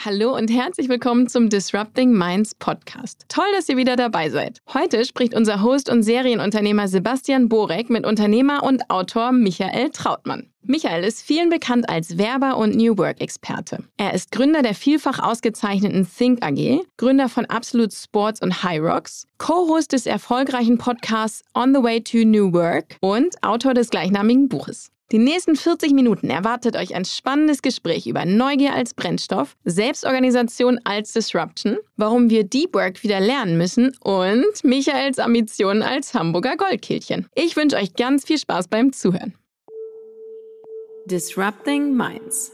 Hallo und herzlich willkommen zum Disrupting Minds Podcast. Toll, dass ihr wieder dabei seid. Heute spricht unser Host und Serienunternehmer Sebastian Borek mit Unternehmer und Autor Michael Trautmann. Michael ist vielen bekannt als Werber und New Work-Experte. Er ist Gründer der vielfach ausgezeichneten Think AG, Gründer von Absolute Sports und High Rocks, Co-Host des erfolgreichen Podcasts On the Way to New Work und Autor des gleichnamigen Buches. Die nächsten 40 Minuten erwartet euch ein spannendes Gespräch über Neugier als Brennstoff, Selbstorganisation als Disruption, warum wir Deep Work wieder lernen müssen und Michaels Ambitionen als Hamburger Goldkehlchen. Ich wünsche euch ganz viel Spaß beim Zuhören. Disrupting Minds.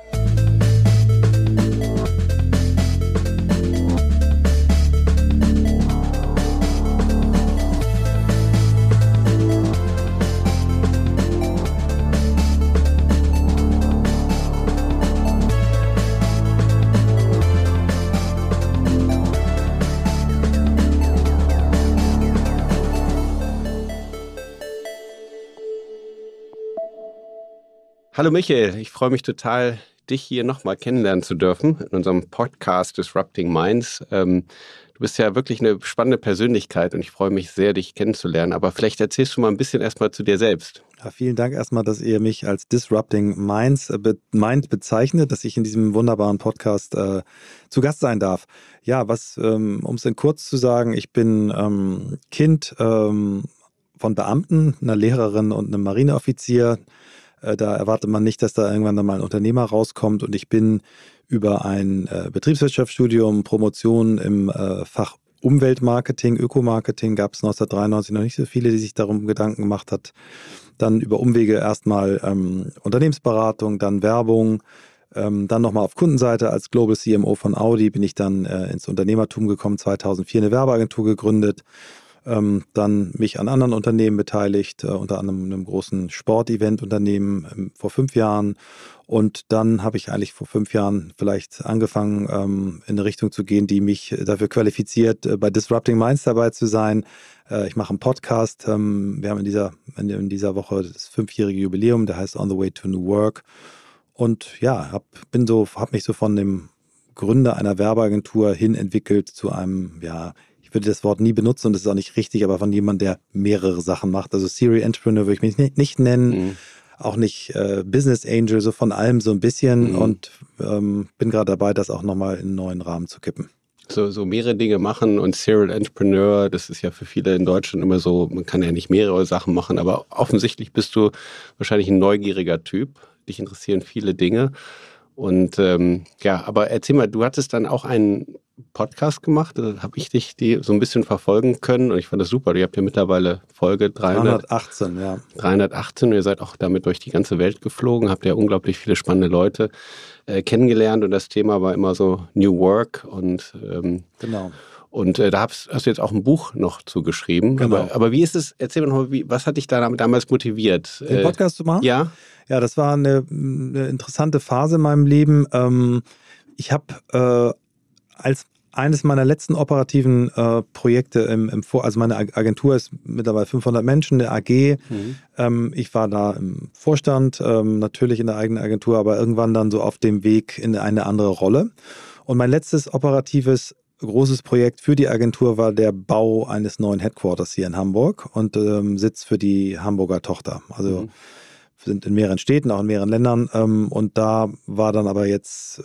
Hallo Michael, ich freue mich total, dich hier nochmal kennenlernen zu dürfen in unserem Podcast Disrupting Minds. Du bist ja wirklich eine spannende Persönlichkeit und ich freue mich sehr, dich kennenzulernen. Aber vielleicht erzählst du mal ein bisschen erstmal zu dir selbst. Ja, vielen Dank erstmal, dass ihr mich als Disrupting Minds bezeichnet, dass ich in diesem wunderbaren Podcast zu Gast sein darf. Ja, um es in kurz zu sagen, ich bin Kind von Beamten, einer Lehrerin und einem Marineoffizier. Da erwartet man nicht, dass da irgendwann dann mal ein Unternehmer rauskommt. Und ich bin über ein Betriebswirtschaftsstudium, Promotion im Fach Umweltmarketing, Ökomarketing, gab es 1993 noch nicht so viele, die sich darum Gedanken gemacht hat. Dann über Umwege erstmal Unternehmensberatung, dann Werbung, dann nochmal auf Kundenseite als Global CMO von Audi bin ich dann ins Unternehmertum gekommen, 2004 eine Werbeagentur gegründet. Dann mich an anderen Unternehmen beteiligt, unter anderem einem großen Sport-Event-Unternehmen vor 5 Jahren. Und dann habe ich eigentlich vor 5 Jahren vielleicht angefangen, in eine Richtung zu gehen, die mich dafür qualifiziert, bei Disrupting Minds dabei zu sein. Ich mache einen Podcast. Wir haben in dieser Woche das 5-jährige Jubiläum, der heißt On the Way to New Work. Und ja, habe mich so von dem Gründer einer Werbeagentur hin entwickelt zu einem, ich würde das Wort nie benutzen und das ist auch nicht richtig, aber von jemandem, der mehrere Sachen macht. Also Serial Entrepreneur würde ich mich nicht nennen, auch nicht Business Angel, so von allem so ein bisschen und bin gerade dabei, das auch nochmal in einen neuen Rahmen zu kippen. So mehrere Dinge machen und Serial Entrepreneur, das ist ja für viele in Deutschland immer so, man kann ja nicht mehrere Sachen machen, aber offensichtlich bist du wahrscheinlich ein neugieriger Typ. Dich interessieren viele Dinge. Und aber erzähl mal, du hattest dann auch einen Podcast gemacht, da habe ich dich so ein bisschen verfolgen können und ich fand das super. Ihr habt ja mittlerweile Folge 318, ja. 318 und ihr seid auch damit durch die ganze Welt geflogen, habt ja unglaublich viele spannende Leute kennengelernt und das Thema war immer so New Work und genau. Und da hast du jetzt auch ein Buch noch zugeschrieben. Genau. Aber wie ist es, erzähl mir noch, was hat dich da damals motiviert? Den Podcast zu machen? Ja. Ja, das war eine interessante Phase in meinem Leben. Ich habe als eines meiner letzten operativen Projekte also meine Agentur ist mittlerweile 500 Menschen, eine AG. Ich war da im Vorstand, natürlich in der eigenen Agentur, aber irgendwann dann so auf dem Weg in eine andere Rolle. Und mein letztes operatives großes Projekt für die Agentur war der Bau eines neuen Headquarters hier in Hamburg und Sitz für die Hamburger Tochter. Also wir sind in mehreren Städten, auch in mehreren Ländern. Und da war dann aber jetzt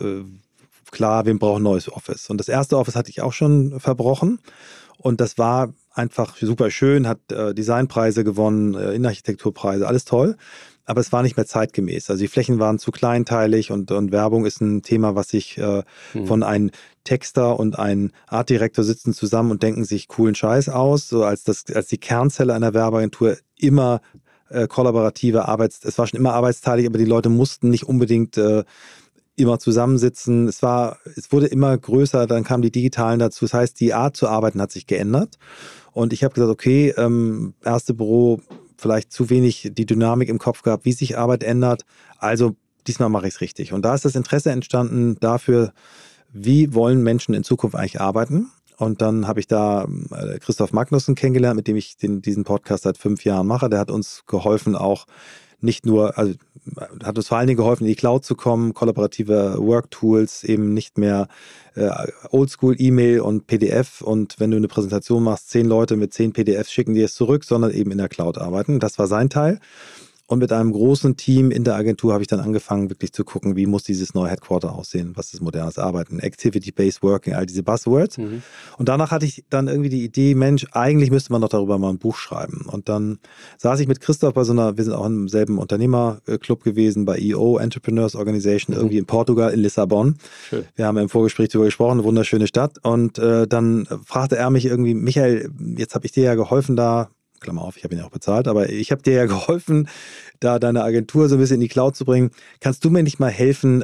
klar, wir brauchen ein neues Office. Und das erste Office hatte ich auch schon verbrochen. Und das war einfach super schön, hat Designpreise gewonnen, Innenarchitekturpreise, alles toll. Aber es war nicht mehr zeitgemäß. Also die Flächen waren zu kleinteilig und Werbung ist ein Thema, was sich von einem Texter und einem Artdirektor sitzen zusammen und denken sich coolen Scheiß aus, so als die Kernzelle einer Werbeagentur immer kollaborative es war schon immer arbeitsteilig, aber die Leute mussten nicht unbedingt immer zusammensitzen. Es wurde immer größer, dann kamen die Digitalen dazu. Das heißt, die Art zu arbeiten hat sich geändert. Und ich habe gesagt, okay, erste Büro, vielleicht zu wenig die Dynamik im Kopf gehabt, wie sich Arbeit ändert. Also diesmal mache ich es richtig. Und da ist das Interesse entstanden dafür, wie wollen Menschen in Zukunft eigentlich arbeiten. Und dann habe ich da Christoph Magnussen kennengelernt, mit dem ich diesen Podcast seit 5 Jahren mache. Der hat uns geholfen, auch nicht nur, also hat uns vor allen Dingen geholfen, in die Cloud zu kommen, kollaborative Work-Tools, eben nicht mehr Oldschool-E-Mail und PDF und wenn du eine Präsentation machst, 10 Leute mit 10 PDFs schicken dir es zurück, sondern eben in der Cloud arbeiten. Das war sein Teil. Und mit einem großen Team in der Agentur habe ich dann angefangen, wirklich zu gucken, wie muss dieses neue Headquarter aussehen, was ist modernes Arbeiten, Activity-Based Working, all diese Buzzwords. Und danach hatte ich dann irgendwie die Idee, Mensch, eigentlich müsste man doch darüber mal ein Buch schreiben. Und dann saß ich mit Christoph bei wir sind auch im selben Unternehmerclub gewesen, bei EO, Entrepreneurs Organization, irgendwie in Portugal, in Lissabon. Schön. Wir haben im Vorgespräch darüber gesprochen, eine wunderschöne Stadt. Und dann fragte er mich irgendwie, Michael, jetzt habe ich dir ja geholfen da, Klammer auf, ich habe ihn ja auch bezahlt, aber ich habe dir ja geholfen, da deine Agentur so ein bisschen in die Cloud zu bringen. Kannst du mir nicht mal helfen?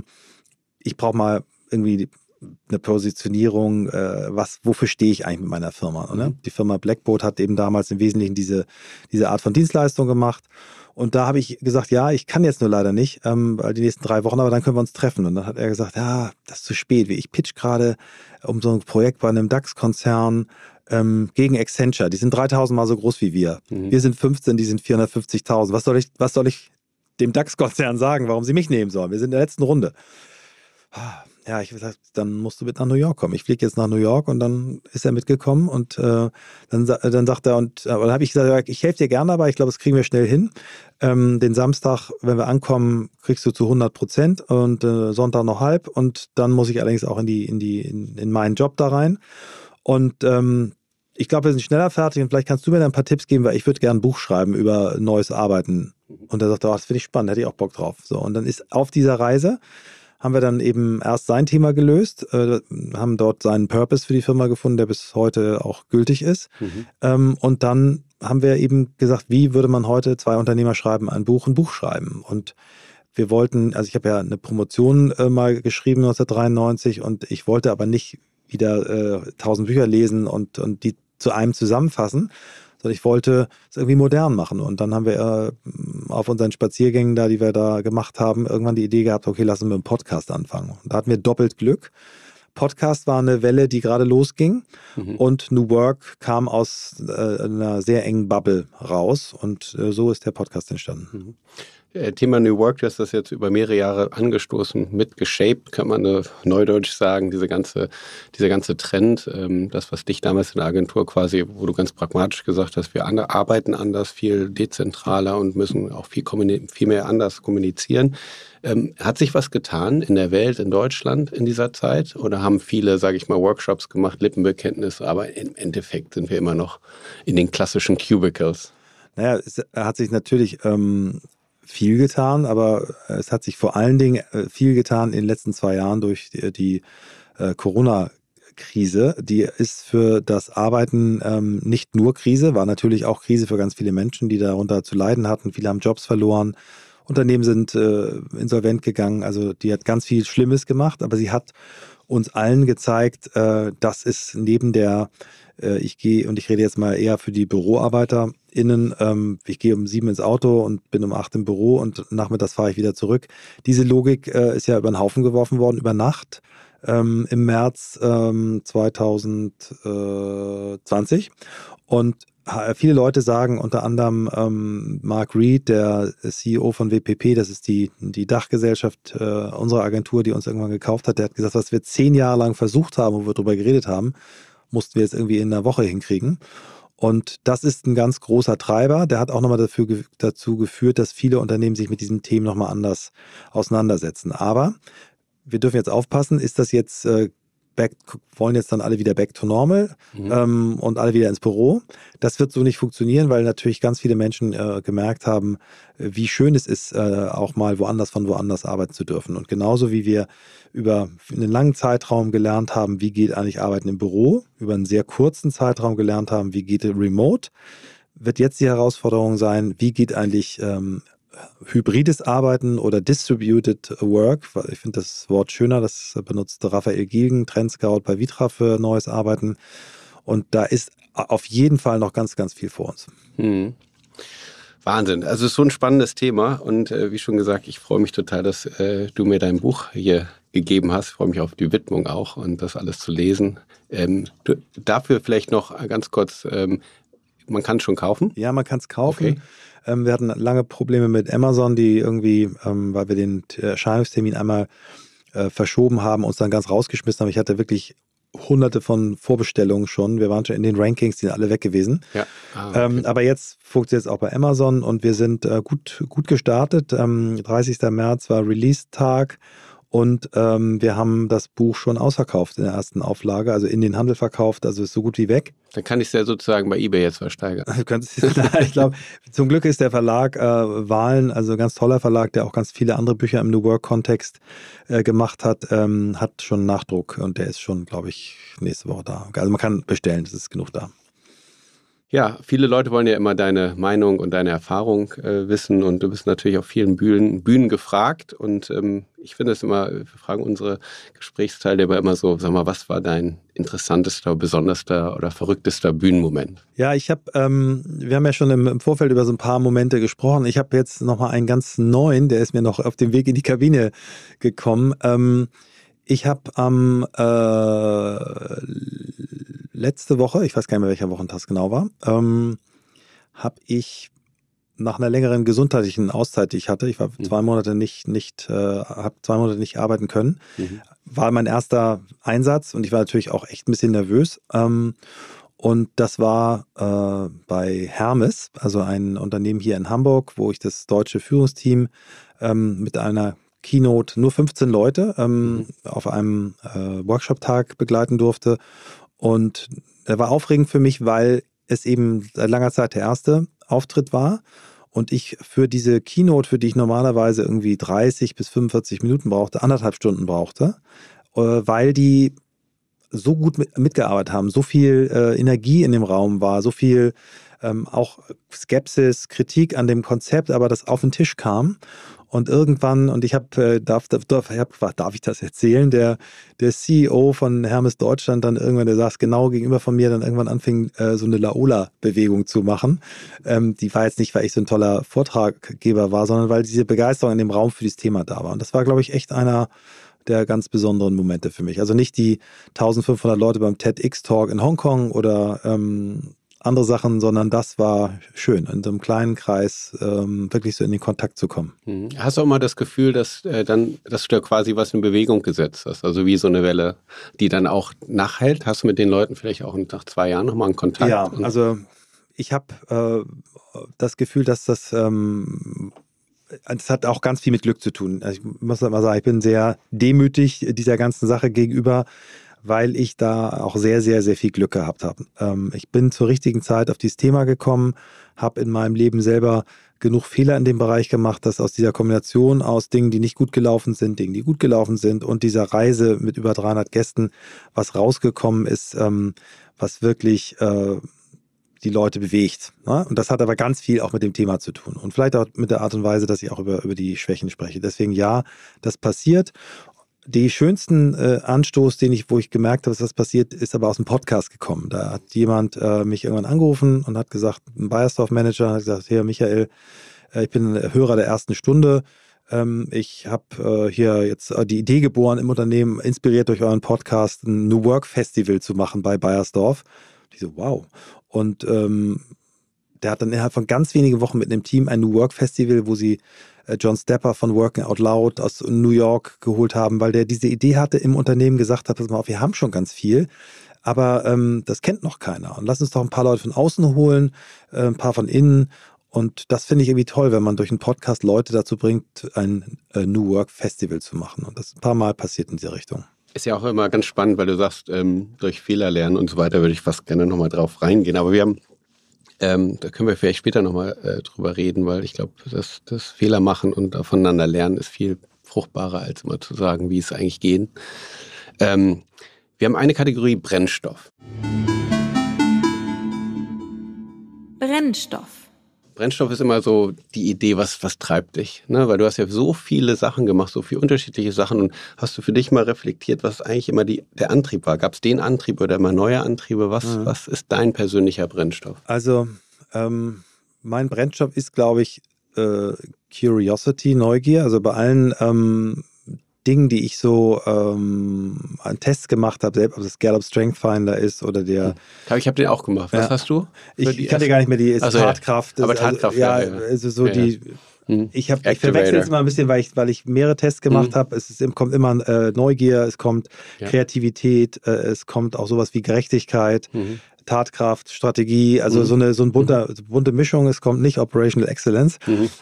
Ich brauche mal irgendwie eine Positionierung, wofür stehe ich eigentlich mit meiner Firma? Ne? Die Firma Blackboard hat eben damals im Wesentlichen diese Art von Dienstleistung gemacht. Und da habe ich gesagt, ja, ich kann jetzt nur leider nicht, weil die nächsten 3 Wochen, aber dann können wir uns treffen. Und dann hat er gesagt, ja, das ist zu spät. Ich pitch gerade um so ein Projekt bei einem DAX-Konzern, gegen Accenture. Die sind 3000 Mal so groß wie wir. Wir sind 15, die sind 450.000. Was soll ich dem DAX-Konzern sagen, warum sie mich nehmen sollen? Wir sind in der letzten Runde. Ja, ich habe gesagt, dann musst du mit nach New York kommen. Ich fliege jetzt nach New York und dann ist er mitgekommen und dann sagt er, und dann habe ich gesagt, ich helfe dir gerne, aber ich glaube, das kriegen wir schnell hin. Den Samstag, wenn wir ankommen, kriegst du zu 100% und Sonntag noch halb und dann muss ich allerdings auch in meinen Job da rein. Und ich glaube, wir sind schneller fertig und vielleicht kannst du mir dann ein paar Tipps geben, weil ich würde gerne ein Buch schreiben über neues Arbeiten. Und er sagte, das finde ich spannend, hätte ich auch Bock drauf. So, und dann ist auf dieser Reise, haben wir dann eben erst sein Thema gelöst, haben dort seinen Purpose für die Firma gefunden, der bis heute auch gültig ist. Und dann haben wir eben gesagt, wie würde man heute 2 Unternehmer schreiben, ein Buch schreiben. Und wir wollten, also ich habe ja eine Promotion mal geschrieben 1993 und ich wollte aber nicht wieder 1000 Bücher lesen und die zu einem zusammenfassen, sondern ich wollte es irgendwie modern machen. Und dann haben wir auf unseren Spaziergängen da, die wir da gemacht haben, irgendwann die Idee gehabt, okay, lassen wir mit dem Podcast anfangen. Und da hatten wir doppelt Glück. Podcast war eine Welle, die gerade losging und New Work kam aus einer sehr engen Bubble raus und so ist der Podcast entstanden. Thema New Work, du hast das jetzt über mehrere Jahre angestoßen, mitgeshaped, kann man neudeutsch sagen, dieser ganze Trend, das, was dich damals in der Agentur quasi, wo du ganz pragmatisch gesagt hast, wir arbeiten anders, viel dezentraler und müssen auch viel mehr anders kommunizieren. Hat sich was getan in der Welt, in Deutschland in dieser Zeit? Oder haben viele, sage ich mal, Workshops gemacht, Lippenbekenntnisse, aber im Endeffekt sind wir immer noch in den klassischen Cubicles? Naja, es hat sich natürlich viel getan, aber es hat sich vor allen Dingen viel getan in den letzten 2 Jahren durch die Corona-Krise. Die ist für das Arbeiten nicht nur Krise, war natürlich auch Krise für ganz viele Menschen, die darunter zu leiden hatten. Viele haben Jobs verloren, Unternehmen sind insolvent gegangen, also die hat ganz viel Schlimmes gemacht, aber sie hat uns allen gezeigt, dass es neben der ich rede jetzt mal eher für die BüroarbeiterInnen, ich gehe um 7 ins Auto und bin um 8 im Büro und nachmittags fahre ich wieder zurück. Diese Logik ist ja über den Haufen geworfen worden, über Nacht im März 2020 und viele Leute sagen, unter anderem Mark Reed, der CEO von WPP, das ist die Dachgesellschaft unserer Agentur, die uns irgendwann gekauft hat, der hat gesagt, was wir 10 Jahre lang versucht haben, wo wir drüber geredet haben, mussten wir jetzt irgendwie in einer Woche hinkriegen. Und das ist ein ganz großer Treiber. Der hat auch nochmal dazu geführt, dass viele Unternehmen sich mit diesen Themen nochmal anders auseinandersetzen. Aber wir dürfen jetzt aufpassen, ist das jetzt wollen jetzt dann alle wieder back to normal und alle wieder ins Büro. Das wird so nicht funktionieren, weil natürlich ganz viele Menschen gemerkt haben, wie schön es ist, auch mal von woanders arbeiten zu dürfen. Und genauso wie wir über einen langen Zeitraum gelernt haben, wie geht eigentlich Arbeiten im Büro, über einen sehr kurzen Zeitraum gelernt haben, wie geht remote, wird jetzt die Herausforderung sein, wie geht eigentlich hybrides Arbeiten oder Distributed Work. Ich finde das Wort schöner, das benutzt Raphael Gilgen, Trendscout bei Vitra für neues Arbeiten. Und da ist auf jeden Fall noch ganz, ganz viel vor uns. Wahnsinn. Also es ist so ein spannendes Thema und wie schon gesagt, ich freue mich total, dass du mir dein Buch hier gegeben hast. Ich freue mich auf die Widmung auch und das alles zu lesen. Dafür vielleicht noch ganz kurz, man kann es schon kaufen? Ja, man kann es kaufen. Okay. Wir hatten lange Probleme mit Amazon, die irgendwie, weil wir den Erscheinungstermin einmal verschoben haben, uns dann ganz rausgeschmissen haben. Ich hatte wirklich hunderte von Vorbestellungen schon. Wir waren schon in den Rankings, die sind alle weg gewesen. Ja. Okay. Aber jetzt funktioniert es auch bei Amazon und wir sind gut gestartet. 30. März war Release-Tag und wir haben das Buch schon ausverkauft in der ersten Auflage, also in den Handel verkauft, also ist so gut wie weg. Dann kann ich es ja sozusagen bei eBay jetzt versteigern. Ich glaube, zum Glück ist der Verlag Wahlen, also ein ganz toller Verlag, der auch ganz viele andere Bücher im New Work-Kontext gemacht hat, hat schon Nachdruck und der ist schon, glaube ich, nächste Woche da. Also man kann bestellen, es ist genug da. Ja, viele Leute wollen ja immer deine Meinung und deine Erfahrung wissen und du bist natürlich auf vielen Bühnen gefragt und ich finde es immer, wir fragen unsere Gesprächsteilnehmer immer so, sag mal, was war dein interessantester, besonderster oder verrücktester Bühnenmoment? Ja, wir haben ja schon im Vorfeld über so ein paar Momente gesprochen. Ich habe jetzt nochmal einen ganz neuen, der ist mir noch auf dem Weg in die Kabine gekommen. Ich habe letzte Woche, ich weiß gar nicht mehr, welcher Wochentag es genau war, habe ich nach einer längeren gesundheitlichen Auszeit, die ich hatte, ich war 2 Monate habe 2 Monate nicht arbeiten können, war mein erster Einsatz und ich war natürlich auch echt ein bisschen nervös. Und das war bei Hermes, also ein Unternehmen hier in Hamburg, wo ich das deutsche Führungsteam mit einer Keynote, nur 15 Leute, auf einem Workshop-Tag begleiten durfte. Und der war aufregend für mich, weil es eben seit langer Zeit der erste Auftritt war und ich für diese Keynote, für die ich normalerweise irgendwie 30 bis 45 Minuten brauchte, 1,5 Stunden brauchte, weil die so gut mitgearbeitet haben, so viel Energie in dem Raum war, so viel auch Skepsis, Kritik an dem Konzept, aber das auf den Tisch kam. Und irgendwann, und ich habe gefragt, darf ich das erzählen? Der CEO von Hermes Deutschland dann irgendwann, der saß genau gegenüber von mir, dann irgendwann anfing, so eine Laola-Bewegung zu machen. Die war jetzt nicht, weil ich so ein toller Vortraggeber war, sondern weil diese Begeisterung in dem Raum für dieses Thema da war. Und das war, glaube ich, echt einer der ganz besonderen Momente für mich. Also nicht die 1500 Leute beim TEDx-Talk in Hongkong oder andere Sachen, sondern das war schön, in so einem kleinen Kreis wirklich so in den Kontakt zu kommen. Hast du auch mal das Gefühl, dass du da quasi was in Bewegung gesetzt hast, also wie so eine Welle, die dann auch nachhält? Hast du mit den Leuten vielleicht auch nach 2 Jahren nochmal einen Kontakt? Ja, also ich habe das Gefühl, dass das hat auch ganz viel mit Glück zu tun. Also ich muss mal sagen, ich bin sehr demütig dieser ganzen Sache gegenüber, weil ich da auch sehr, sehr, sehr viel Glück gehabt habe. Ich bin zur richtigen Zeit auf dieses Thema gekommen, habe in meinem Leben selber genug Fehler in dem Bereich gemacht, dass aus dieser Kombination aus Dingen, die nicht gut gelaufen sind, Dingen, die gut gelaufen sind und dieser Reise mit über 300 Gästen, was rausgekommen ist, was wirklich die Leute bewegt. Ne? Und das hat aber ganz viel auch mit dem Thema zu tun. Und vielleicht auch mit der Art und Weise, dass ich auch über die Schwächen spreche. Deswegen ja, das passiert. Die schönsten Anstoß, wo ich gemerkt habe, dass das passiert, ist aber aus dem Podcast gekommen. Da hat jemand mich irgendwann angerufen und hat gesagt, ein Bayersdorf-Manager hat gesagt, hey Michael, ich bin Hörer der ersten Stunde. Ich habe hier jetzt die Idee geboren im Unternehmen, inspiriert durch euren Podcast, ein New Work Festival zu machen bei Bayersdorf. Ich so, wow. Und der hat dann innerhalb von ganz wenigen Wochen mit einem Team ein New Work Festival, wo sie John Stepper von Working Out Loud aus New York geholt haben, weil der diese Idee hatte, im Unternehmen gesagt hat, pass mal auf, wir haben schon ganz viel, aber das kennt noch keiner. Und lass uns doch ein paar Leute von außen holen, ein paar von innen. Und das finde ich irgendwie toll, wenn man durch einen Podcast Leute dazu bringt, ein New Work Festival zu machen. Und das ist ein paar Mal passiert in diese Richtung. Ist ja auch immer ganz spannend, weil du sagst, durch Fehler lernen und so weiter würde ich fast gerne nochmal drauf reingehen. Aber wir haben da können wir vielleicht später nochmal drüber reden, weil ich glaube, das Fehler machen und voneinander lernen ist viel fruchtbarer, als immer zu sagen, wie es eigentlich geht. Wir haben eine Kategorie Brennstoff. Brennstoff ist immer so die Idee, was treibt dich, ne? Weil du hast ja so viele Sachen gemacht, so viele unterschiedliche Sachen und hast du für dich mal reflektiert, was eigentlich immer der Antrieb war? Gab es den Antrieb oder immer neue Antriebe? Was ist dein persönlicher Brennstoff? Also mein Brennstoff ist, glaube ich, Curiosity, Neugier. Also bei allen Dingen, die ich so an Tests gemacht habe, selbst ob das Gallup Strength Finder ist oder der... Ich habe den auch gemacht. Was hast du? Ich kann dir gar nicht mehr die Tatkraft. Aber Tatkraft, also so die... Ich verwechsel es immer ein bisschen, weil ich mehrere Tests gemacht habe. Kommt immer Neugier, es kommt Kreativität, es kommt auch sowas wie Gerechtigkeit, Tatkraft, Strategie, also so eine bunte Mischung. Es kommt nicht Operational Excellence.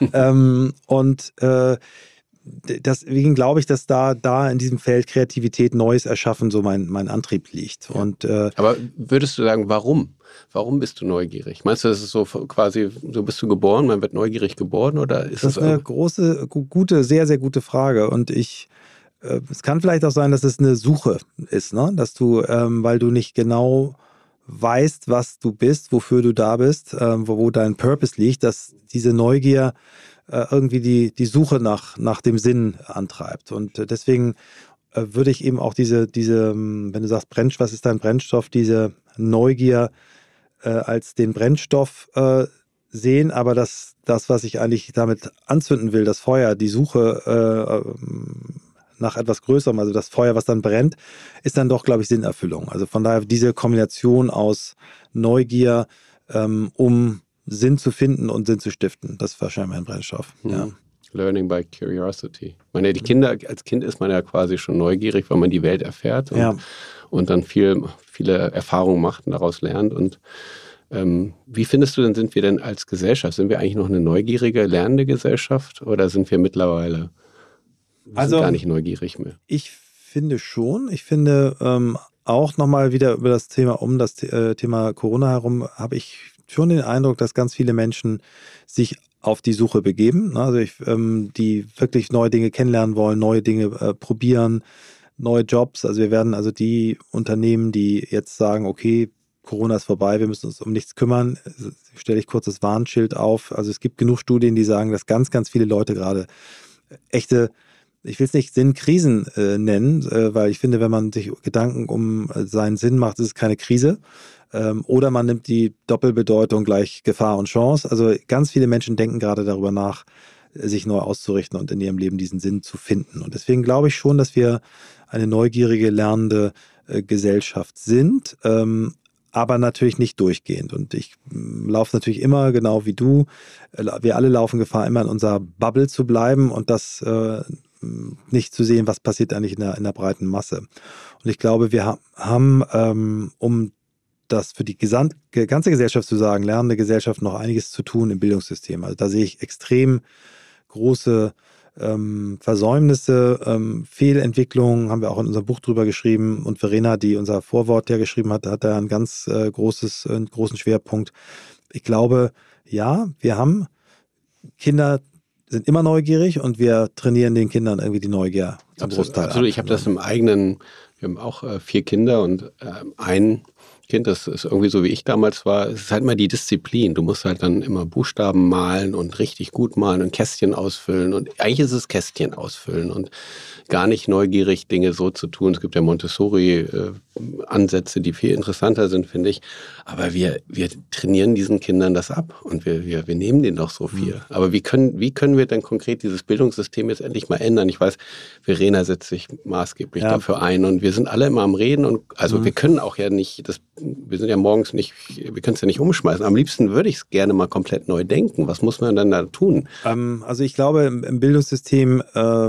Deswegen glaube ich, dass da in diesem Feld Kreativität, Neues erschaffen, so mein Antrieb liegt. Ja. Aber würdest du sagen, warum? Warum bist du neugierig? Meinst du, das ist so quasi, so bist du geboren, man wird neugierig geboren oder ist das? Das ist eine große, gute, sehr, sehr gute Frage. Und es kann vielleicht auch sein, dass es eine Suche ist, ne? Dass du, weil du nicht genau weißt, was du bist, wofür du da bist, wo dein Purpose liegt, dass diese Neugier irgendwie die Suche nach dem Sinn antreibt. Und deswegen würde ich eben auch diese, wenn du sagst, was ist dein Brennstoff, diese Neugier als den Brennstoff sehen, aber das, was ich eigentlich damit anzünden will, das Feuer, die Suche nach etwas Größerem, also das Feuer, was dann brennt, ist dann doch, glaube ich, Sinnerfüllung. Also von daher diese Kombination aus Neugier, um Sinn zu finden und Sinn zu stiften, das ist wahrscheinlich mein Brennstoff. Ja. Learning by Curiosity. Ich meine, als Kind ist man ja quasi schon neugierig, weil man die Welt erfährt und dann viele Erfahrungen macht und daraus lernt. Und wie findest du denn, sind wir denn als Gesellschaft, sind wir eigentlich noch eine neugierige, lernende Gesellschaft oder sind wir mittlerweile gar nicht neugierig mehr? Ich finde schon. Ich finde auch nochmal wieder über das Thema Corona herum, habe ich schon den Eindruck, dass ganz viele Menschen sich auf die Suche begeben. Also die wirklich neue Dinge kennenlernen wollen, neue Dinge probieren, neue Jobs. Also wir werden die Unternehmen, die jetzt sagen, okay, Corona ist vorbei, wir müssen uns um nichts kümmern, stelle ich kurz das Warnschild auf. Also es gibt genug Studien, die sagen, dass ganz, ganz viele Leute gerade echte, ich will es nicht Sinnkrisen nennen, weil ich finde, wenn man sich Gedanken um seinen Sinn macht, ist es keine Krise. Oder man nimmt die Doppelbedeutung gleich Gefahr und Chance. Also ganz viele Menschen denken gerade darüber nach, sich neu auszurichten und in ihrem Leben diesen Sinn zu finden. Und deswegen glaube ich schon, dass wir eine neugierige, lernende Gesellschaft sind, aber natürlich nicht durchgehend. Und ich laufe natürlich immer, genau wie du, wir alle laufen Gefahr, immer in unserer Bubble zu bleiben und das nicht zu sehen, was passiert eigentlich in der breiten Masse. Und ich glaube, wir haben, um das für die ganze Gesellschaft zu sagen, lernende Gesellschaft, noch einiges zu tun im Bildungssystem. Also da sehe ich extrem große Versäumnisse, Fehlentwicklungen, haben wir auch in unserem Buch drüber geschrieben. Und Verena, die unser Vorwort ja geschrieben hat, hat da einen ganz großen Schwerpunkt. Ich glaube, ja, wir haben Kinder, sind immer neugierig und wir trainieren den Kindern irgendwie die Neugier zum Großteil. Absolut, ich habe das wir haben auch 4 Kinder und ein Kind, das ist irgendwie so, wie ich damals war, es ist halt immer die Disziplin. Du musst halt dann immer Buchstaben malen und richtig gut malen und Kästchen ausfüllen. Und eigentlich ist es Kästchen ausfüllen und gar nicht neugierig, Dinge so zu tun. Es gibt ja Montessori-Ansätze, die viel interessanter sind, finde ich. Aber wir trainieren diesen Kindern das ab und wir nehmen denen doch so viel. Aber wie können wir denn konkret dieses Bildungssystem jetzt endlich mal ändern? Ich weiß, Verena setzt sich maßgeblich dafür ein und wir sind alle immer am Reden und wir können auch ja nicht, wir sind ja morgens nicht, wir können es ja nicht umschmeißen. Am liebsten würde ich es gerne mal komplett neu denken. Was muss man denn da tun? Also ich glaube, im Bildungssystem,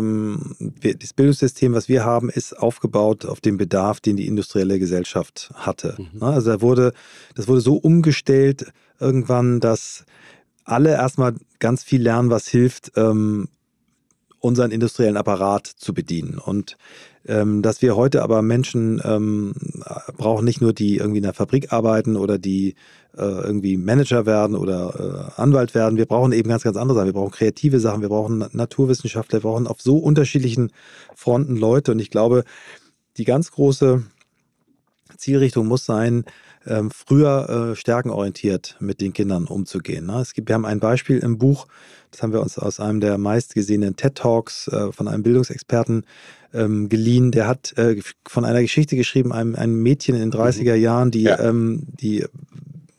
das Bildungssystem, was wir haben, ist aufgebaut auf den Bedarf, den die industrielle Gesellschaft hatte. Also das wurde so umgestellt irgendwann, dass alle erstmal ganz viel lernen, was hilft, unseren industriellen Apparat zu bedienen. Und dass wir heute aber Menschen brauchen, nicht nur die irgendwie in der Fabrik arbeiten oder die irgendwie Manager werden oder Anwalt werden. Wir brauchen eben ganz, ganz andere Sachen. Wir brauchen kreative Sachen, wir brauchen Naturwissenschaftler, wir brauchen auf so unterschiedlichen Fronten Leute. Und ich glaube, die ganz große Zielrichtung muss sein, früher stärkenorientiert mit den Kindern umzugehen. Wir haben ein Beispiel im Buch, das haben wir uns aus einem der meistgesehenen TED-Talks von einem Bildungsexperten geliehen. Der hat von einer Geschichte geschrieben, einem Mädchen in den 30er Jahren, die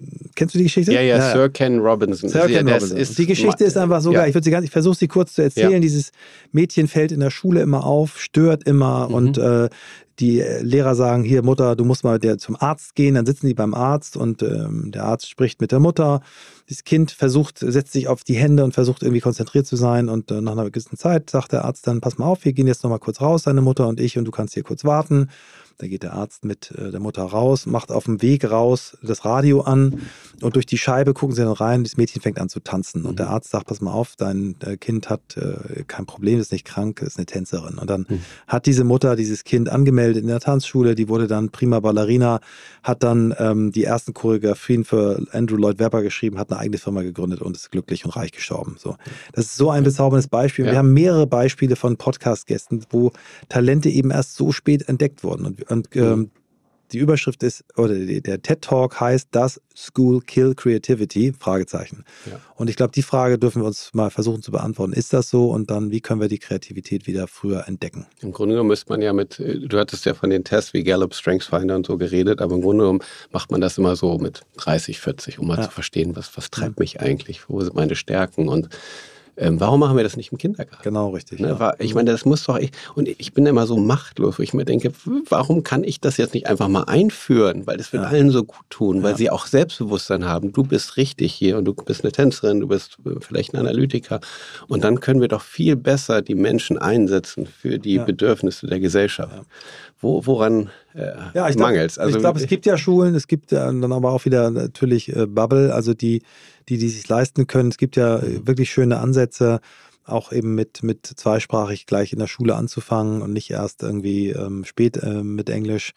Kennst du die Geschichte? Ja, Sir Ken Robinson. Sir Ken Robinson. Die Geschichte ist einfach so geil. Ich versuche sie kurz zu erzählen. Dieses Mädchen fällt in der Schule immer auf, stört immer und die Lehrer sagen, hier Mutter, du musst mal zum Arzt gehen. Dann sitzen die beim Arzt und der Arzt spricht mit der Mutter. Das Kind setzt sich auf die Hände und versucht irgendwie konzentriert zu sein und nach einer gewissen Zeit sagt der Arzt dann, pass mal auf, wir gehen jetzt nochmal kurz raus, deine Mutter und ich, und du kannst hier kurz warten. Da geht der Arzt mit der Mutter raus, macht auf dem Weg raus das Radio an und durch die Scheibe gucken sie dann rein, das Mädchen fängt an zu tanzen und der Arzt sagt, pass mal auf, dein Kind hat kein Problem, ist nicht krank, ist eine Tänzerin. Und dann hat diese Mutter dieses Kind angemeldet in der Tanzschule, die wurde dann prima Ballerina, hat dann die ersten Choreografien für Andrew Lloyd Webber geschrieben, hat eine eigene Firma gegründet und ist glücklich und reich gestorben. So. Das ist so ein bezauberndes Beispiel. Wir haben mehrere Beispiele von Podcast-Gästen, wo Talente eben erst so spät entdeckt wurden. Und die Überschrift ist, oder der TED-Talk heißt, Does School Kill Creativity? Fragezeichen. Ja. Und ich glaube, die Frage dürfen wir uns mal versuchen zu beantworten. Ist das so? Und dann, wie können wir die Kreativität wieder früher entdecken? Im Grunde genommen müsste man ja du hattest ja von den Tests wie Gallup, StrengthsFinder und so geredet, aber im Grunde genommen macht man das immer so mit 30, 40, um mal zu verstehen, was treibt mich eigentlich? Wo sind meine Stärken? Und warum machen wir das nicht im Kindergarten? Genau, richtig. Ne? Ich meine, das muss doch, und ich bin immer so machtlos, wo ich mir denke, warum kann ich das jetzt nicht einfach mal einführen? Weil das wird allen so gut tun, weil sie auch Selbstbewusstsein haben. Du bist richtig hier und du bist eine Tänzerin, du bist vielleicht ein Analytiker. Und dann können wir doch viel besser die Menschen einsetzen für die Bedürfnisse der Gesellschaft. Ja. Woran mangelt es? Also, ich glaube, es gibt ja Schulen, es gibt dann aber auch wieder natürlich Bubble, also die sich leisten können. Es gibt ja wirklich schöne Ansätze, auch eben mit zweisprachig gleich in der Schule anzufangen und nicht erst irgendwie spät mit Englisch.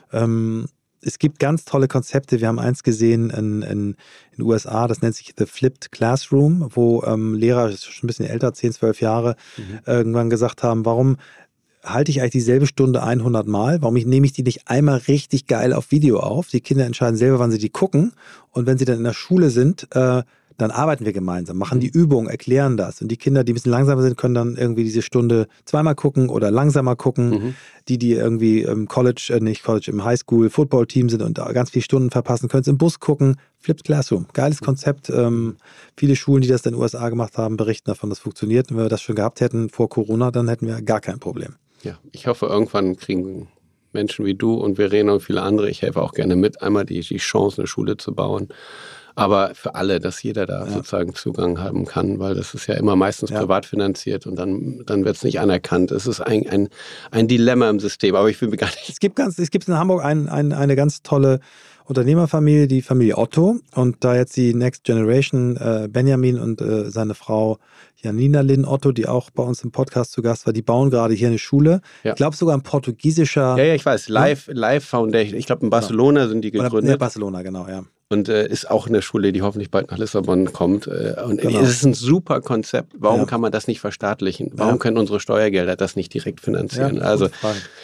Es gibt ganz tolle Konzepte. Wir haben eins gesehen in den USA, das nennt sich The Flipped Classroom, wo Lehrer, das ist schon ein bisschen älter, 10, 12 Jahre, irgendwann gesagt haben, warum halte ich eigentlich dieselbe Stunde 100 Mal? Warum nehme ich die nicht einmal richtig geil auf Video auf? Die Kinder entscheiden selber, wann sie die gucken. Und wenn sie dann in der Schule sind, dann arbeiten wir gemeinsam, machen die Übung, erklären das. Und die Kinder, die ein bisschen langsamer sind, können dann irgendwie diese Stunde zweimal gucken oder langsamer gucken. Die irgendwie im im Highschool-Football-Team sind und ganz viele Stunden verpassen, können es im Bus gucken. Flipped Classroom, geiles Konzept. Viele Schulen, die das in den USA gemacht haben, berichten davon, das funktioniert. Und wenn wir das schon gehabt hätten vor Corona, dann hätten wir gar kein Problem. Ja, ich hoffe, irgendwann kriegen Menschen wie du und Verena und viele andere, ich helfe auch gerne mit, einmal die Chance, eine Schule zu bauen. Aber für alle, dass jeder da sozusagen Zugang haben kann, weil das ist ja immer meistens privat finanziert und dann wird es nicht anerkannt. Es ist ein Dilemma im System, aber ich will mir gar nicht... Es gibt in Hamburg eine ganz tolle Unternehmerfamilie, die Familie Otto, und da jetzt die Next Generation, Benjamin und seine Frau Janina Lynn Otto, die auch bei uns im Podcast zu Gast war, die bauen gerade hier eine Schule. Ja. Ich glaube sogar ein portugiesischer... Ja, ich weiß, Live Foundation. Ich glaube in Barcelona sind die gegründet. Barcelona, genau, ja. Und ist auch eine Schule, die hoffentlich bald nach Lissabon kommt. Und es ist ein super Konzept. Warum kann man das nicht verstaatlichen? Warum können unsere Steuergelder das nicht direkt finanzieren? Ja, also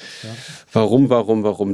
warum?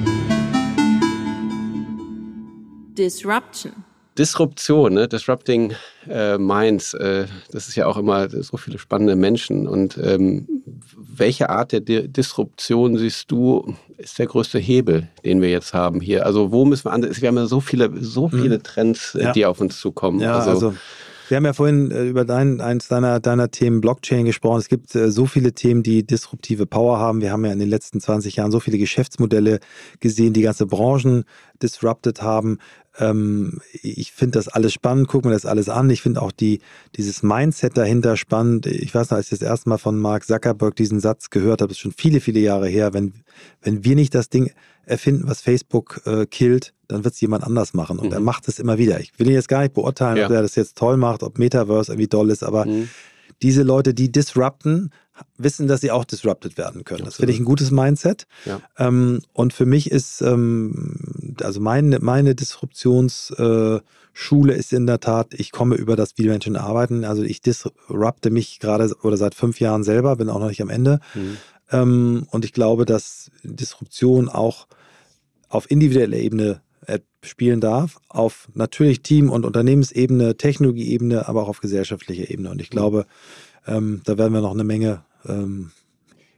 Disruption, ne? Disrupting Minds, das ist ja auch immer so viele spannende Menschen. Und welche Art der Disruption siehst du, ist der größte Hebel, den wir jetzt haben hier? Also wo müssen wir anders? Wir haben ja so viele Trends, die auf uns zukommen. Ja, also wir haben ja vorhin über eins deiner Themen Blockchain gesprochen. Es gibt so viele Themen, die disruptive Power haben. Wir haben ja in den letzten 20 Jahren so viele Geschäftsmodelle gesehen, die ganze Branchen disrupted haben. Ich finde das alles spannend, guck mir das alles an. Ich finde auch dieses Mindset dahinter spannend. Ich weiß noch, als ich das erste Mal von Mark Zuckerberg diesen Satz gehört habe, ist schon viele, viele Jahre her, wenn wir nicht das Ding erfinden, was Facebook killt, dann wird es jemand anders machen. Und er macht es immer wieder. Ich will ihn jetzt gar nicht beurteilen, ob er das jetzt toll macht, ob Metaverse irgendwie toll ist, aber diese Leute, die disrupten, wissen, dass sie auch disrupted werden können. Das finde ich ein gutes Mindset. Ja. Und für mich ist, also meine Disruptionsschule ist in der Tat, ich komme über das, wie Menschen arbeiten. Also ich disrupte mich gerade oder seit 5 Jahren selber, bin auch noch nicht am Ende. Und ich glaube, dass Disruption auch auf individueller Ebene spielen darf, auf natürlich Team- und Unternehmensebene, Technologieebene, aber auch auf gesellschaftlicher Ebene. Und ich glaube, da werden wir noch eine Menge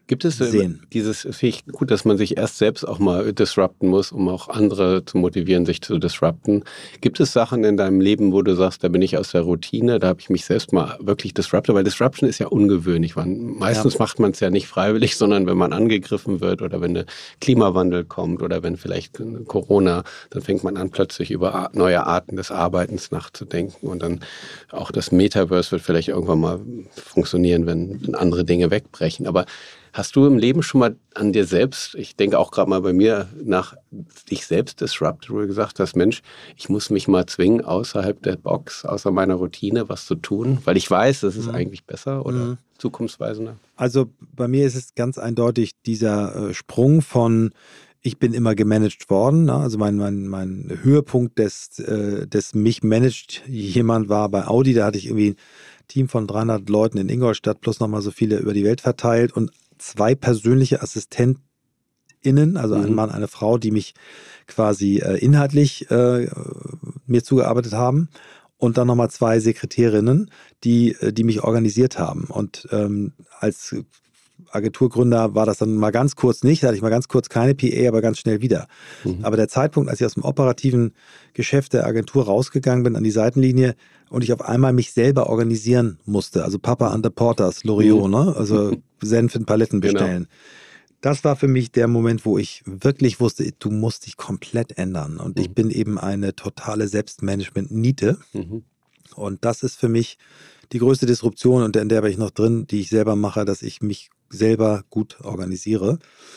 Gibt es sehen. finde ich gut, dass man sich erst selbst auch mal disrupten muss, um auch andere zu motivieren, sich zu disrupten. Gibt es Sachen in deinem Leben, wo du sagst, da bin ich aus der Routine, da habe ich mich selbst mal wirklich disruptet? Weil Disruption ist ja ungewöhnlich. Meistens macht man es ja nicht freiwillig, sondern wenn man angegriffen wird oder wenn der Klimawandel kommt oder wenn vielleicht Corona, dann fängt man an, plötzlich über neue Arten des Arbeitens nachzudenken. Und dann auch das Metaverse wird vielleicht irgendwann mal funktionieren, wenn andere Dinge wegbrechen. Aber hast du im Leben schon mal an dir selbst, ich denke auch gerade mal bei mir, nach dich selbst disrupted, wo du gesagt hast, Mensch, ich muss mich mal zwingen, außerhalb der Box, außer meiner Routine was zu tun, weil ich weiß, das ist eigentlich besser oder zukunftsweisender? Also bei mir ist es ganz eindeutig dieser Sprung von ich bin immer gemanagt worden. Ne? Also mein Höhepunkt des mich managt jemand war bei Audi. Da hatte ich irgendwie ein Team von 300 Leuten in Ingolstadt plus nochmal so viele über die Welt verteilt und 2 persönliche AssistentInnen, also ein Mann, eine Frau, die mich quasi inhaltlich mir zugearbeitet haben. Und dann nochmal 2 Sekretärinnen, die mich organisiert haben. Und als Agenturgründer war das dann mal ganz kurz nicht, da hatte ich mal ganz kurz keine PA, aber ganz schnell wieder. Aber der Zeitpunkt, als ich aus dem operativen Geschäft der Agentur rausgegangen bin an die Seitenlinie und ich auf einmal mich selber organisieren musste, also Papa and the Porters, Loriot, ne? Also Senf in Paletten bestellen. Genau. Das war für mich der Moment, wo ich wirklich wusste, du musst dich komplett ändern. Und ich bin eben eine totale Selbstmanagement-Niete. Und das ist für mich die größte Disruption, und in der bin ich noch drin, die ich selber mache, dass ich mich selber gut organisiere.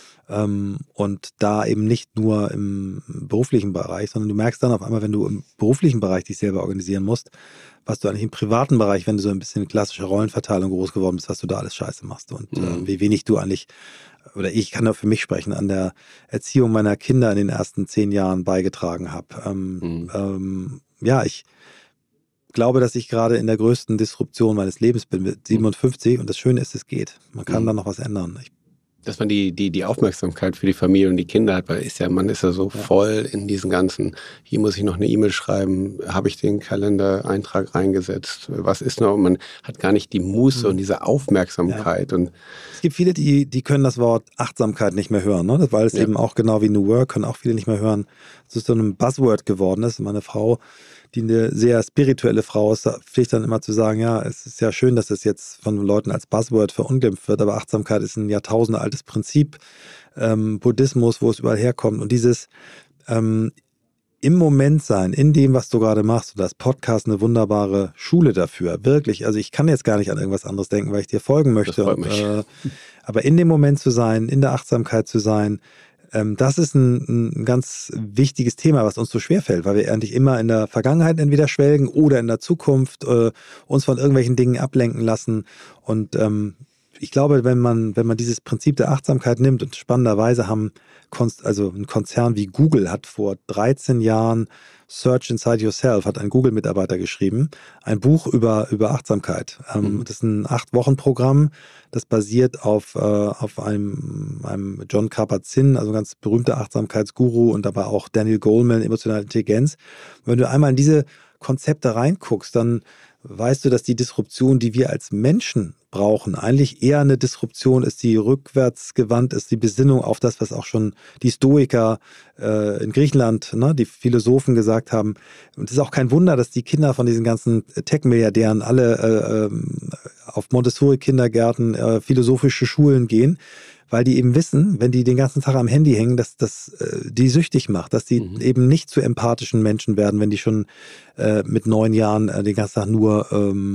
Und da eben nicht nur im beruflichen Bereich, sondern du merkst dann auf einmal, wenn du im beruflichen Bereich dich selber organisieren musst, was du eigentlich im privaten Bereich, wenn du so ein bisschen klassische Rollenverteilung groß geworden bist, was du da alles scheiße machst und wie wenig du eigentlich, oder ich kann nur für mich sprechen, an der Erziehung meiner Kinder in den ersten 10 Jahren beigetragen habe. Ich glaube, dass ich gerade in der größten Disruption meines Lebens bin mit 57 und das Schöne ist, es geht. Man kann da noch was ändern. Dass man die Aufmerksamkeit für die Familie und die Kinder hat, weil man ist ja so voll in diesen ganzen, hier muss ich noch eine E-Mail schreiben, habe ich den Kalendereintrag reingesetzt, was ist noch, und man hat gar nicht die Muße und diese Aufmerksamkeit. Und es gibt viele, die können das Wort Achtsamkeit nicht mehr hören, ne? Weil es eben auch genau wie New Work können auch viele nicht mehr hören. Es ist so ein Buzzword geworden. Das ist meine Frau, die eine sehr spirituelle Frau ist, da pflicht dann immer zu sagen, ja, es ist ja schön, dass es jetzt von Leuten als Buzzword verunglimpft wird, aber Achtsamkeit ist ein jahrtausendealtes Prinzip, Buddhismus, wo es überall herkommt und dieses im Moment sein, in dem, was du gerade machst, und das Podcast eine wunderbare Schule dafür, wirklich, also ich kann jetzt gar nicht an irgendwas anderes denken, weil ich dir folgen möchte, das freut mich. Aber in dem Moment zu sein, in der Achtsamkeit zu sein, das ist ein ganz wichtiges Thema, was uns so schwerfällt, weil wir eigentlich immer in der Vergangenheit entweder schwelgen oder in der Zukunft uns von irgendwelchen Dingen ablenken lassen. Und ich glaube, wenn man dieses Prinzip der Achtsamkeit nimmt, und spannenderweise also ein Konzern wie Google hat vor 13 Jahren Search Inside Yourself, hat ein Google-Mitarbeiter geschrieben, ein Buch über Achtsamkeit. Das ist ein 8-Wochen-Programm, das basiert auf einem John Kabat-Zinn, also ein ganz berühmter Achtsamkeitsguru, und dabei auch Daniel Goleman, emotionale Intelligenz. Und wenn du einmal in diese Konzepte reinguckst, dann weißt du, dass die Disruption, die wir als Menschen brauchen, eigentlich eher eine Disruption ist, die rückwärts gewandt ist, die Besinnung auf das, was auch schon die Stoiker in Griechenland, ne, die Philosophen gesagt haben. Und es ist auch kein Wunder, dass die Kinder von diesen ganzen Tech-Milliardären alle auf Montessori-Kindergärten, philosophische Schulen gehen, weil die eben wissen, wenn die den ganzen Tag am Handy hängen, dass das die süchtig macht, dass die eben nicht zu empathischen Menschen werden, wenn die schon mit 9 Jahren den ganzen Tag nur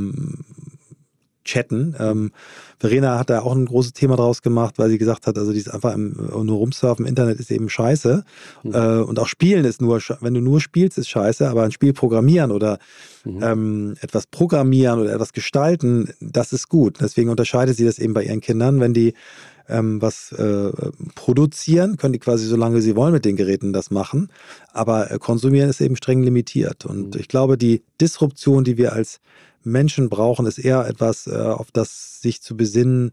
chatten. Verena hat da auch ein großes Thema draus gemacht, weil sie gesagt hat, also dieses einfach nur rumsurfen im Internet ist eben scheiße. Und auch Spielen ist wenn du nur spielst, ist scheiße, aber ein Spiel programmieren oder etwas programmieren oder etwas gestalten, das ist gut. Deswegen unterscheidet sie das eben bei ihren Kindern, wenn die was produzieren, können die quasi so lange sie wollen mit den Geräten das machen, aber konsumieren ist eben streng limitiert. Und ich glaube, die Disruption, die wir als Menschen brauchen, ist eher etwas, auf das sich zu besinnen,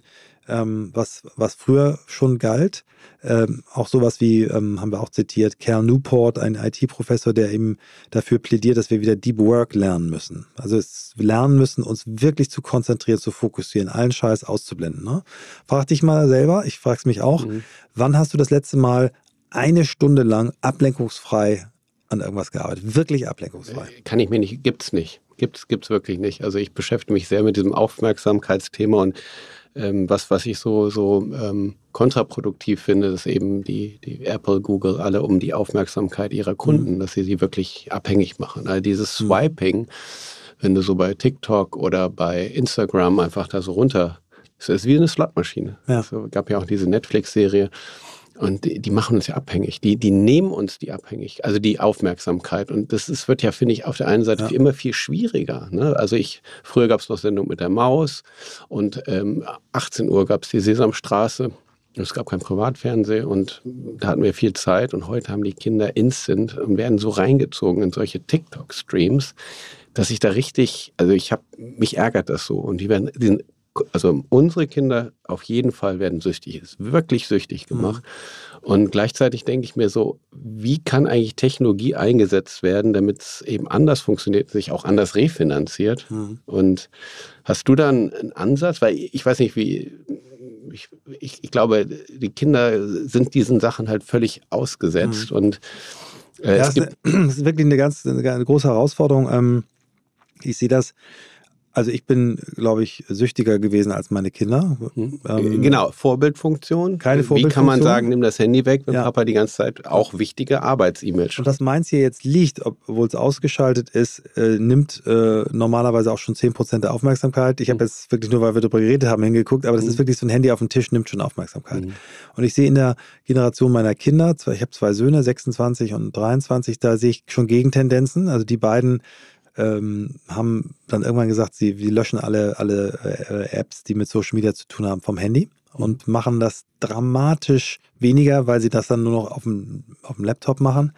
was früher schon galt. Auch sowas wie, haben wir auch zitiert, Cal Newport, ein IT-Professor, der eben dafür plädiert, dass wir wieder Deep Work lernen müssen. Also lernen müssen, uns wirklich zu konzentrieren, zu fokussieren, allen Scheiß auszublenden. Ne? Frag dich mal selber, ich frage es mich auch, wann hast du das letzte Mal 1 Stunde lang ablenkungsfrei an irgendwas gearbeitet? Wirklich ablenkungsfrei? Kann ich mir nicht, gibt's nicht. Gibt's wirklich nicht. Also ich beschäftige mich sehr mit diesem Aufmerksamkeitsthema und was ich so kontraproduktiv finde, ist eben die Apple, Google, alle um die Aufmerksamkeit ihrer Kunden, dass sie wirklich abhängig machen. Also dieses Swiping, wenn du so bei TikTok oder bei Instagram einfach da so runter, es ist wie eine Slotmaschine. Ja. Also, gab ja auch diese Netflix-Serie. Und die machen uns ja abhängig. Die nehmen uns die abhängig, also die Aufmerksamkeit. Und wird ja, finde ich, auf der einen Seite immer viel schwieriger. Ne? Also früher gab es noch Sendung mit der Maus und 18 Uhr gab es die Sesamstraße. Es gab kein Privatfernsehen und da hatten wir viel Zeit. Und heute haben die Kinder Instant und werden so reingezogen in solche TikTok-Streams, dass ich da richtig, mich ärgert das so. Und also unsere Kinder auf jeden Fall werden süchtig, ist wirklich süchtig gemacht. Und gleichzeitig denke ich mir so, wie kann eigentlich Technologie eingesetzt werden, damit es eben anders funktioniert, sich auch anders refinanziert? Und hast du da einen Ansatz? Weil ich weiß nicht, ich glaube, die Kinder sind diesen Sachen halt völlig ausgesetzt. Und das ist wirklich eine große Herausforderung. Ich sehe das. Also ich bin, glaube ich, süchtiger gewesen als meine Kinder. Genau, Vorbildfunktion. Keine Vorbildfunktion. Wie kann man sagen, nimm das Handy weg, wenn Papa die ganze Zeit auch wichtige Arbeits-E-Mails schreibt? Und dass meins hier jetzt liegt, obwohl es ausgeschaltet ist, nimmt normalerweise auch schon 10% der Aufmerksamkeit. Ich habe jetzt wirklich nur, weil wir darüber geredet haben, hingeguckt, aber das ist wirklich so ein Handy auf dem Tisch, nimmt schon Aufmerksamkeit. Und ich sehe in der Generation meiner Kinder, ich habe 2 Söhne, 26 und 23, da sehe ich schon Gegentendenzen. Also die beiden haben dann irgendwann gesagt, sie löschen alle Apps, die mit Social Media zu tun haben, vom Handy und machen das dramatisch weniger, weil sie das dann nur noch auf dem Laptop machen.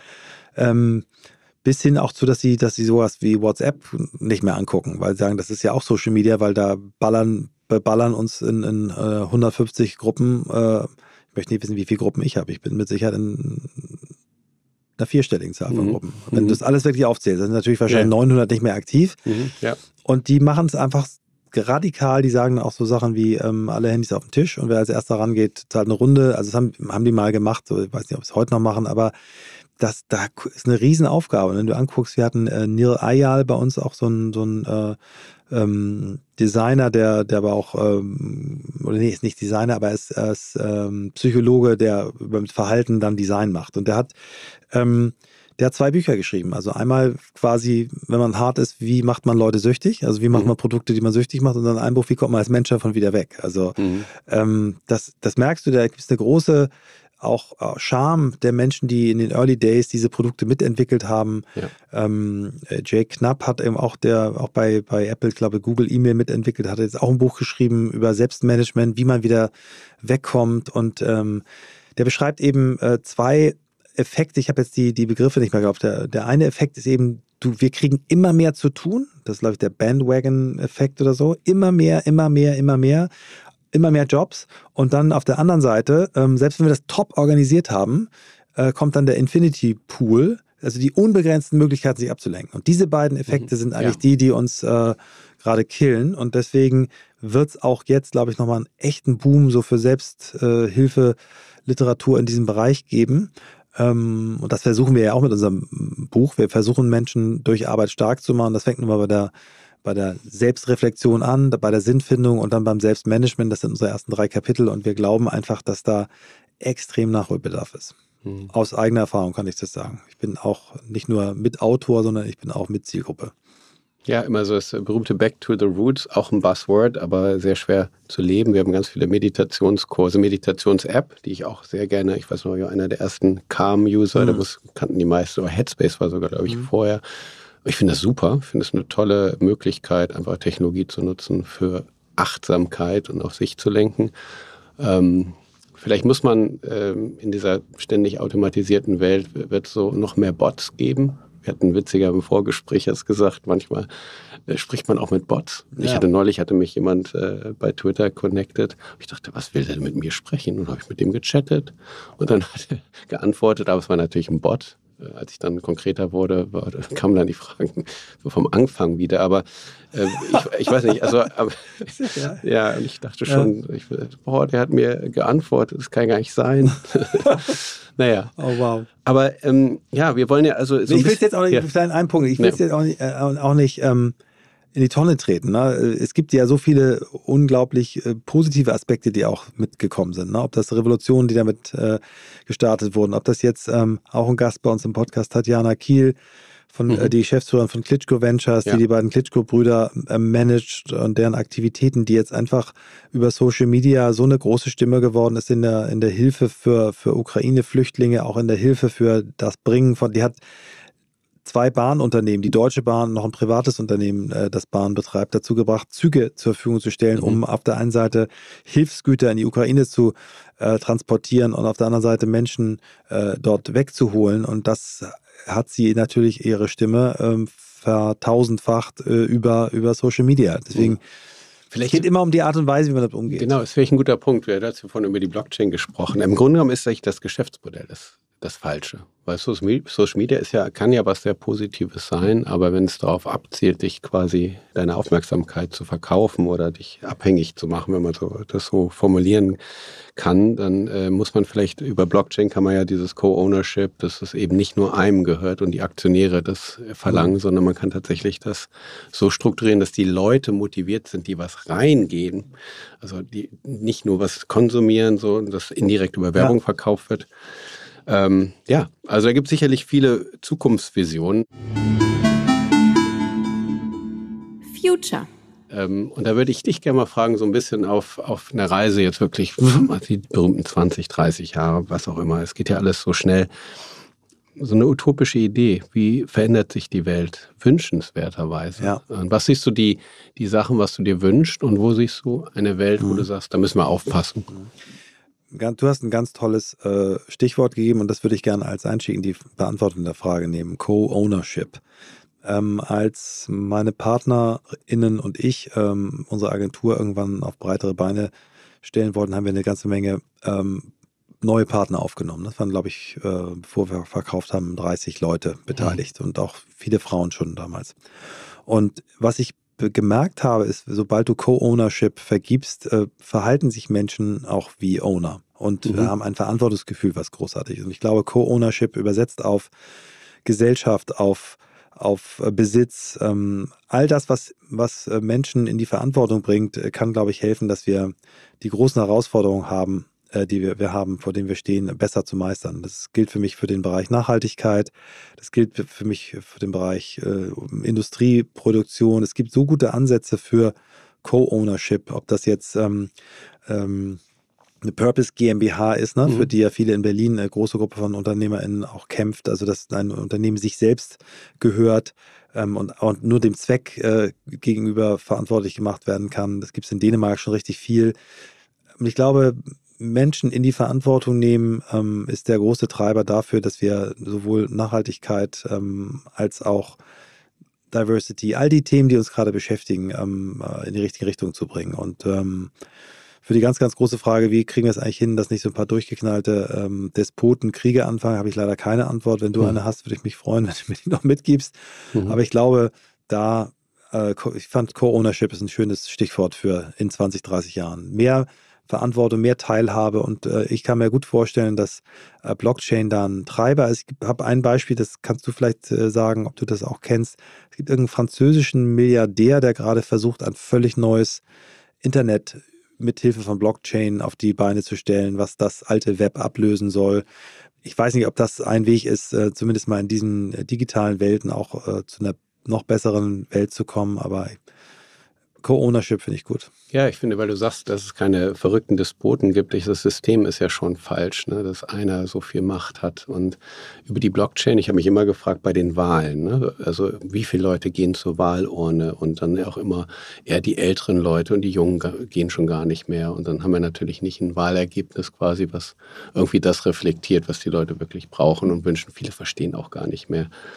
Bis hin auch zu, dass sie sowas wie WhatsApp nicht mehr angucken, weil sie sagen, das ist ja auch Social Media, weil da beballern uns in 150 Gruppen. Ich möchte nicht wissen, wie viele Gruppen ich habe. Ich bin mit Sicherheit in einer 4-stelligen Zahl von Gruppen. Wenn du das alles wirklich aufzählst, sind natürlich wahrscheinlich 900 nicht mehr aktiv. Und die machen es einfach radikal. Die sagen auch so Sachen wie alle Handys auf den Tisch und wer als erster rangeht, zahlt eine Runde. Also das haben die mal gemacht. So, ich weiß nicht, ob sie es heute noch machen, aber da ist eine Riesenaufgabe. Und wenn du anguckst, wir hatten Nir Eyal bei uns auch so ein Designer, der aber auch, oder nee, ist nicht Designer, aber er ist Psychologe, der über Verhalten dann Design macht. Und der hat 2 Bücher geschrieben. Also einmal quasi, wenn man hart ist, wie macht man Leute süchtig? Also wie macht man Produkte, die man süchtig macht? Und dann ein Buch, wie kommt man als Mensch davon wieder weg? Also das merkst du, da ist eine große auch Charme der Menschen, die in den Early Days diese Produkte mitentwickelt haben. Jay Knapp hat eben auch bei Apple, glaube Google E-Mail mitentwickelt, hat jetzt auch ein Buch geschrieben über Selbstmanagement, wie man wieder wegkommt. Und der beschreibt eben 2 Effekte. Ich habe jetzt die Begriffe nicht mehr gehabt. Der eine Effekt ist eben, wir kriegen immer mehr zu tun. Das ist, glaube ich, der Bandwagon-Effekt oder so. Immer mehr Jobs und dann auf der anderen Seite, selbst wenn wir das top organisiert haben, kommt dann der Infinity Pool, also die unbegrenzten Möglichkeiten, sich abzulenken. Und diese beiden Effekte sind eigentlich die uns gerade killen. Und deswegen wird es auch jetzt, glaube ich, nochmal einen echten Boom so für Selbsthilfe-Literatur in diesem Bereich geben. Und das versuchen wir ja auch mit unserem Buch. Wir versuchen Menschen durch Arbeit stark zu machen. Das fängt nun mal bei der Selbstreflexion an, bei der Sinnfindung und dann beim Selbstmanagement. Das sind unsere ersten 3 Kapitel und wir glauben einfach, dass da extrem Nachholbedarf ist. Aus eigener Erfahrung kann ich das sagen. Ich bin auch nicht nur Mitautor, sondern ich bin auch Mitzielgruppe. Ja, immer so das berühmte Back to the Roots, auch ein Buzzword, aber sehr schwer zu leben. Wir haben ganz viele Meditationskurse, Meditations-App, die ich auch sehr gerne, ich weiß noch, ich war einer der ersten Calm-User, kannten die meisten, aber Headspace war sogar, glaube ich, vorher. Ich finde das super, ich finde es eine tolle Möglichkeit, einfach Technologie zu nutzen für Achtsamkeit und auf sich zu lenken. Vielleicht muss man in dieser ständig automatisierten Welt, wird es so noch mehr Bots geben. Wir hatten witziger im Vorgespräch jetzt gesagt, manchmal spricht man auch mit Bots. Ja. Hatte mich jemand bei Twitter connected. Ich dachte, was will der denn mit mir sprechen? Und habe ich mit dem gechattet und dann hat er geantwortet, aber es war natürlich ein Bot. Als ich dann konkreter wurde, kamen dann die Fragen so vom Anfang wieder. Aber ich weiß nicht, also ja, und ich dachte schon, der hat mir geantwortet, das kann gar nicht sein. Naja. Oh wow. Aber wir wollen ja also so ich will jetzt auch nicht, einen Punkt, ich will jetzt auch nicht in die Tonne treten. Ne? Es gibt ja so viele unglaublich positive Aspekte, die auch mitgekommen sind. Ne? Ob das Revolutionen, die damit gestartet wurden, ob das jetzt auch ein Gast bei uns im Podcast, Tatjana Kiel, die Geschäftsführerin von Klitschko Ventures, die beiden Klitschko-Brüder managt und deren Aktivitäten, die jetzt einfach über Social Media so eine große Stimme geworden ist in der Hilfe für Ukraine-Flüchtlinge, auch in der Hilfe für das Bringen die hat 2 Bahnunternehmen, die Deutsche Bahn und noch ein privates Unternehmen, das Bahn betreibt, dazu gebracht, Züge zur Verfügung zu stellen, um auf der einen Seite Hilfsgüter in die Ukraine zu transportieren und auf der anderen Seite Menschen dort wegzuholen. Und das hat sie natürlich ihre Stimme vertausendfacht über Social Media. Deswegen es geht immer um die Art und Weise, wie man damit umgeht. Genau, das wäre ein guter Punkt. Wir hatten vorhin über die Blockchain gesprochen. Im Grunde genommen ist eigentlich das Geschäftsmodell das Falsche. Weil Social Media kann ja was sehr Positives sein, aber wenn es darauf abzielt, dich quasi deine Aufmerksamkeit zu verkaufen oder dich abhängig zu machen, wenn man das so formulieren kann, dann muss man vielleicht über Blockchain kann man ja dieses Co-Ownership, dass es eben nicht nur einem gehört und die Aktionäre das verlangen, sondern man kann tatsächlich das so strukturieren, dass die Leute motiviert sind, die was reingehen, also die nicht nur was konsumieren, so dass indirekt über Werbung verkauft wird. Also da gibt es sicherlich viele Zukunftsvisionen. Future. Und da würde ich dich gerne mal fragen, so ein bisschen auf eine Reise jetzt wirklich, die berühmten 20, 30 Jahre, was auch immer. Es geht ja alles so schnell. So eine utopische Idee. Wie verändert sich die Welt wünschenswerterweise? Ja. Und was siehst du die Sachen, was du dir wünschst und wo siehst du eine Welt, wo du sagst, da müssen wir aufpassen? Du hast ein ganz tolles Stichwort gegeben und das würde ich gerne als Einstieg in die Beantwortung der Frage nehmen. Co-Ownership. Als meine PartnerInnen und ich unsere Agentur irgendwann auf breitere Beine stellen wollten, haben wir eine ganze Menge neue Partner aufgenommen. Das waren, glaube ich, bevor wir verkauft haben, 30 Leute beteiligt und auch viele Frauen schon damals. Und was ich gemerkt habe, ist, sobald du Co-Ownership vergibst, verhalten sich Menschen auch wie Owner und haben ein Verantwortungsgefühl, was großartig ist. Und ich glaube, Co-Ownership übersetzt auf Gesellschaft, auf Besitz, all das, was Menschen in die Verantwortung bringt, kann, glaube ich, helfen, dass wir die großen Herausforderungen haben, die wir haben, vor denen wir stehen, besser zu meistern. Das gilt für mich für den Bereich Nachhaltigkeit, das gilt für mich für den Bereich Industrieproduktion. Es gibt so gute Ansätze für Co-Ownership, ob das jetzt eine Purpose GmbH ist, ne, für die ja viele in Berlin, eine große Gruppe von UnternehmerInnen auch kämpft, also dass ein Unternehmen sich selbst gehört und nur dem Zweck gegenüber verantwortlich gemacht werden kann. Das gibt es in Dänemark schon richtig viel. Und ich glaube, Menschen in die Verantwortung nehmen, ist der große Treiber dafür, dass wir sowohl Nachhaltigkeit als auch Diversity, all die Themen, die uns gerade beschäftigen, in die richtige Richtung zu bringen. Und für die ganz, ganz große Frage, wie kriegen wir es eigentlich hin, dass nicht so ein paar durchgeknallte Despoten Kriege anfangen, habe ich leider keine Antwort. Wenn du eine hast, würde ich mich freuen, wenn du mir die noch mitgibst. Aber ich glaube, ich fand Co-Ownership ist ein schönes Stichwort für in 20, 30 Jahren. Mehr Verantwortung, mehr Teilhabe und ich kann mir gut vorstellen, dass Blockchain da ein Treiber ist. Ich habe ein Beispiel, das kannst du vielleicht sagen, ob du das auch kennst. Es gibt irgendeinen französischen Milliardär, der gerade versucht, ein völlig neues Internet mithilfe von Blockchain auf die Beine zu stellen, was das alte Web ablösen soll. Ich weiß nicht, ob das ein Weg ist, zumindest mal in diesen digitalen Welten auch zu einer noch besseren Welt zu kommen, aber Co-Ownership finde ich gut. Ja, ich finde, weil du sagst, dass es keine verrückten Despoten gibt, das System ist ja schon falsch, ne, dass einer so viel Macht hat. Und über die Blockchain, ich habe mich immer gefragt bei den Wahlen, ne, also wie viele Leute gehen zur Wahlurne und dann auch immer eher die älteren Leute und die Jungen gehen schon gar nicht mehr. Und dann haben wir natürlich nicht ein Wahlergebnis quasi, was irgendwie das reflektiert, was die Leute wirklich brauchen und wünschen. Viele verstehen auch gar nicht mehr,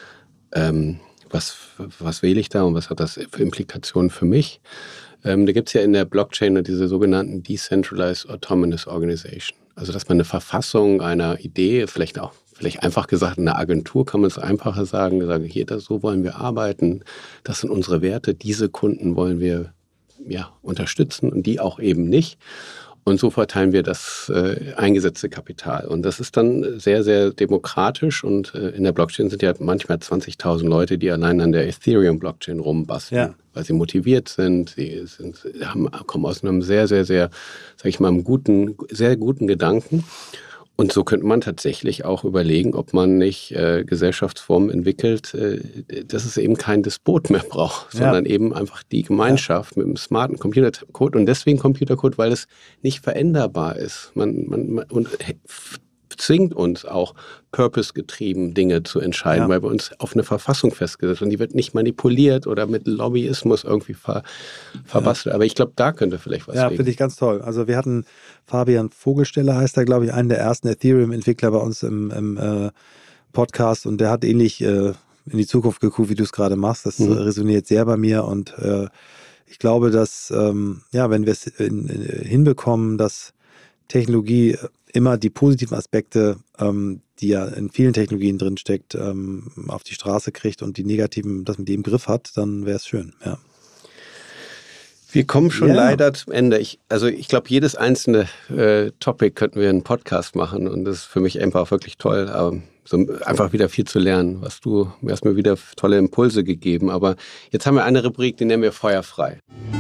was wähle ich da und was hat das für Implikationen für mich? Da gibt es ja in der Blockchain diese sogenannten Decentralized Autonomous Organization. Also dass man eine Verfassung einer Idee, vielleicht einfach gesagt, eine Agentur kann man es einfacher sagen, hier, so wollen wir arbeiten, das sind unsere Werte, diese Kunden wollen wir unterstützen und die auch eben nicht. Und so verteilen wir das eingesetzte Kapital. Und das ist dann sehr, sehr demokratisch. Und in der Blockchain sind ja manchmal 20.000 Leute, die allein an der Ethereum-Blockchain rumbasteln, weil sie motiviert sind. Kommen aus einem sehr, sehr, sehr, sag ich mal, einem sehr guten Gedanken. Und so könnte man tatsächlich auch überlegen, ob man nicht Gesellschaftsformen entwickelt, dass es eben keinen Despot mehr braucht, sondern eben einfach die Gemeinschaft mit einem smarten Computercode. Und deswegen Computercode, weil es nicht veränderbar ist. Man zwingt uns auch purpose-getrieben Dinge zu entscheiden, weil wir uns auf eine Verfassung festgesetzt haben. Und die wird nicht manipuliert oder mit Lobbyismus irgendwie verbastelt. Aber ich glaube, da könnte vielleicht was liegen. Ja, finde ich ganz toll. Also wir hatten Fabian Vogelsteller, heißt er, glaube ich, einen der ersten Ethereum-Entwickler bei uns im Podcast, und der hat ähnlich in die Zukunft geguckt, wie du es gerade machst. Das resoniert sehr bei mir, und ich glaube, dass wenn wir es hinbekommen, dass Technologie immer die positiven Aspekte, die ja in vielen Technologien drinsteckt, auf die Straße kriegt und die negativen, dass man die im Griff hat, dann wäre es schön, ja. Wir kommen schon leider zum Ende. Ich glaube, jedes einzelne Topic könnten wir einen Podcast machen, und das ist für mich einfach wirklich toll, so einfach wieder viel zu lernen. Du hast mir wieder tolle Impulse gegeben, aber jetzt haben wir eine Rubrik, die nennen wir Feuerfrei.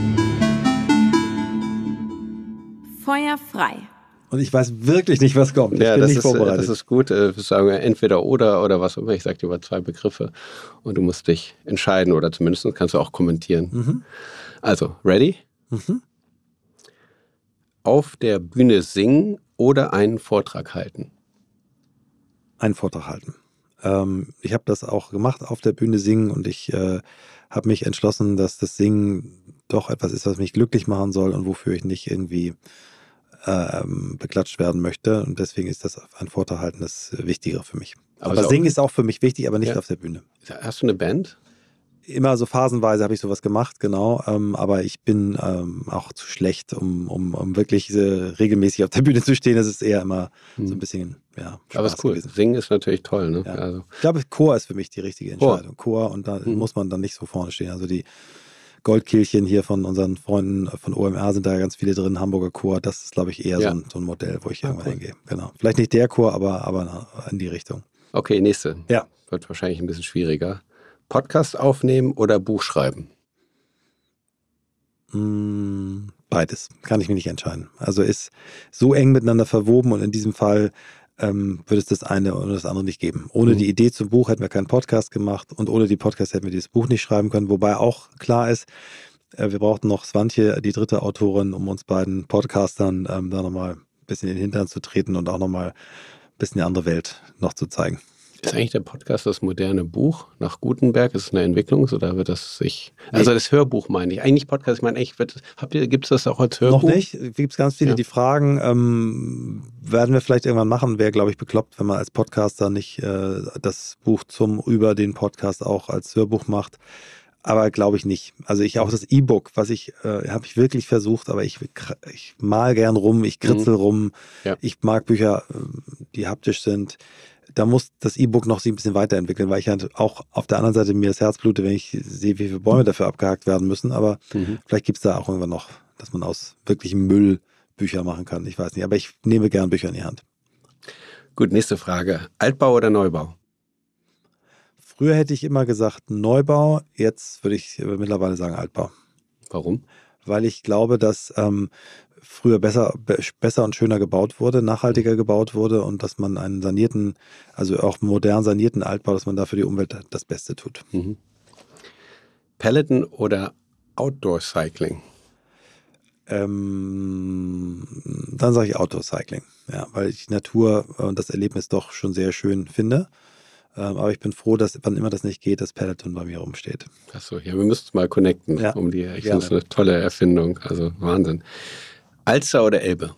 Feuerfrei. Und ich weiß wirklich nicht, was kommt. Ich bin nicht vorbereitet. Das ist gut. Wir sagen entweder oder was immer. Ich sage dir mal 2 Begriffe und du musst dich entscheiden, oder zumindest kannst du auch kommentieren. Mhm. Also, ready? Mhm. Auf der Bühne singen oder einen Vortrag halten? Einen Vortrag halten. Ich habe das auch gemacht, auf der Bühne singen, und ich habe mich entschlossen, dass das Singen doch etwas ist, was mich glücklich machen soll und wofür ich nicht irgendwie beklatscht werden möchte, und deswegen ist das ein Vortrag halten das Wichtigere für mich. Aber Singen ist auch für mich wichtig, aber nicht auf der Bühne. Hast du eine Band? Immer so phasenweise habe ich sowas gemacht, genau, aber ich bin auch zu schlecht, um wirklich regelmäßig auf der Bühne zu stehen. Das ist eher immer so ein bisschen, Spaß aber ist cool. Gewesen. Singen ist natürlich toll, ne? Ja. Also. Ich glaube, Chor ist für mich die richtige Entscheidung. Chor, und da muss man dann nicht so vorne stehen. Also die Goldkehlchen hier von unseren Freunden von OMR sind da ganz viele drin, Hamburger Chor. Das ist, glaube ich, eher so ein Modell, wo ich irgendwann hingehe. Genau. Vielleicht nicht der Chor, aber in die Richtung. Okay, nächste. Ja. Wird wahrscheinlich ein bisschen schwieriger. Podcast aufnehmen oder Buch schreiben? Beides. Kann ich mich nicht entscheiden. Also ist so eng miteinander verwoben, und in diesem Fall würde es das eine oder das andere nicht geben. Ohne die Idee zum Buch hätten wir keinen Podcast gemacht, und ohne die Podcast hätten wir dieses Buch nicht schreiben können. Wobei auch klar ist, wir brauchten noch Swantje, die dritte Autorin, um uns beiden Podcastern da nochmal ein bisschen in den Hintern zu treten und auch nochmal ein bisschen die andere Welt noch zu zeigen. Ist eigentlich der Podcast das moderne Buch nach Gutenberg? Ist es eine Entwicklung, oder wird das also das Hörbuch meine ich. Eigentlich Podcast, ich meine, gibt es das auch als Hörbuch? Noch nicht. Es gibt ganz viele, die fragen, werden wir vielleicht irgendwann machen. Wäre, glaube ich, bekloppt, wenn man als Podcaster nicht das Buch über den Podcast auch als Hörbuch macht. Aber glaube ich nicht. Also auch das E-Book, habe ich wirklich versucht, aber ich mal gern rum, ich kritzel rum. Ja. Ich mag Bücher, die haptisch sind. Da muss das E-Book noch sich ein bisschen weiterentwickeln, weil ich halt auch auf der anderen Seite mir das Herz blute, wenn ich sehe, wie viele Bäume dafür abgehakt werden müssen. Aber vielleicht gibt es da auch irgendwann noch, dass man aus wirklichem Müll Bücher machen kann. Ich weiß nicht, aber ich nehme gern Bücher in die Hand. Gut, nächste Frage. Altbau oder Neubau? Früher hätte ich immer gesagt Neubau, jetzt würde ich mittlerweile sagen Altbau. Warum? Weil ich glaube, dass früher besser und schöner gebaut wurde, nachhaltiger gebaut wurde, und dass man einen sanierten, also auch modern sanierten Altbau, dass man da für die Umwelt das Beste tut. Mhm. Peloton oder Outdoor Cycling? Dann sage ich Outdoor Cycling, ja, weil ich die Natur und das Erlebnis doch schon sehr schön finde. Aber ich bin froh, dass, wann immer das nicht geht, das Peloton bei mir rumsteht. Achso, ja, wir müssen es mal connecten. Ich finde es eine tolle Erfindung, also Wahnsinn. Alster oder Elbe?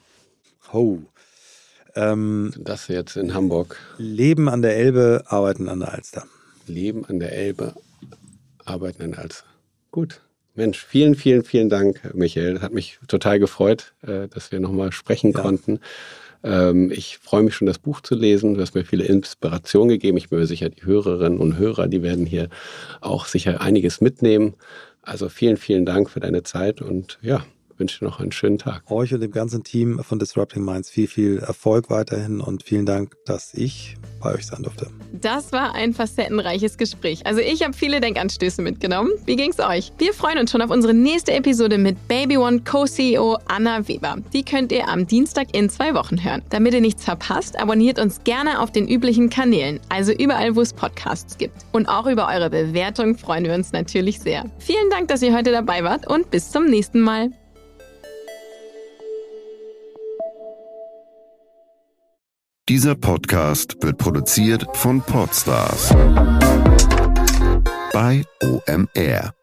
Das jetzt in Hamburg. Leben an der Elbe, arbeiten an der Alster. Leben an der Elbe, Arbeiten an Alster. Gut. Mensch, vielen, vielen, vielen Dank, Michael. Hat mich total gefreut, dass wir nochmal sprechen konnten. Ich freue mich schon, das Buch zu lesen. Du hast mir viele Inspirationen gegeben. Ich bin mir sicher, die Hörerinnen und Hörer, die werden hier auch sicher einiges mitnehmen. Also vielen, vielen Dank für deine Zeit und ja, wünsche dir noch einen schönen Tag. Euch und dem ganzen Team von Disrupting Minds viel, viel Erfolg weiterhin und vielen Dank, dass ich bei euch sein durfte. Das war ein facettenreiches Gespräch. Also ich habe viele Denkanstöße mitgenommen. Wie ging's euch? Wir freuen uns schon auf unsere nächste Episode mit Baby One Co-CEO Anna Weber. Die könnt ihr am Dienstag in 2 Wochen hören. Damit ihr nichts verpasst, abonniert uns gerne auf den üblichen Kanälen, also überall, wo es Podcasts gibt. Und auch über eure Bewertung freuen wir uns natürlich sehr. Vielen Dank, dass ihr heute dabei wart und bis zum nächsten Mal. Dieser Podcast wird produziert von Podstars bei OMR.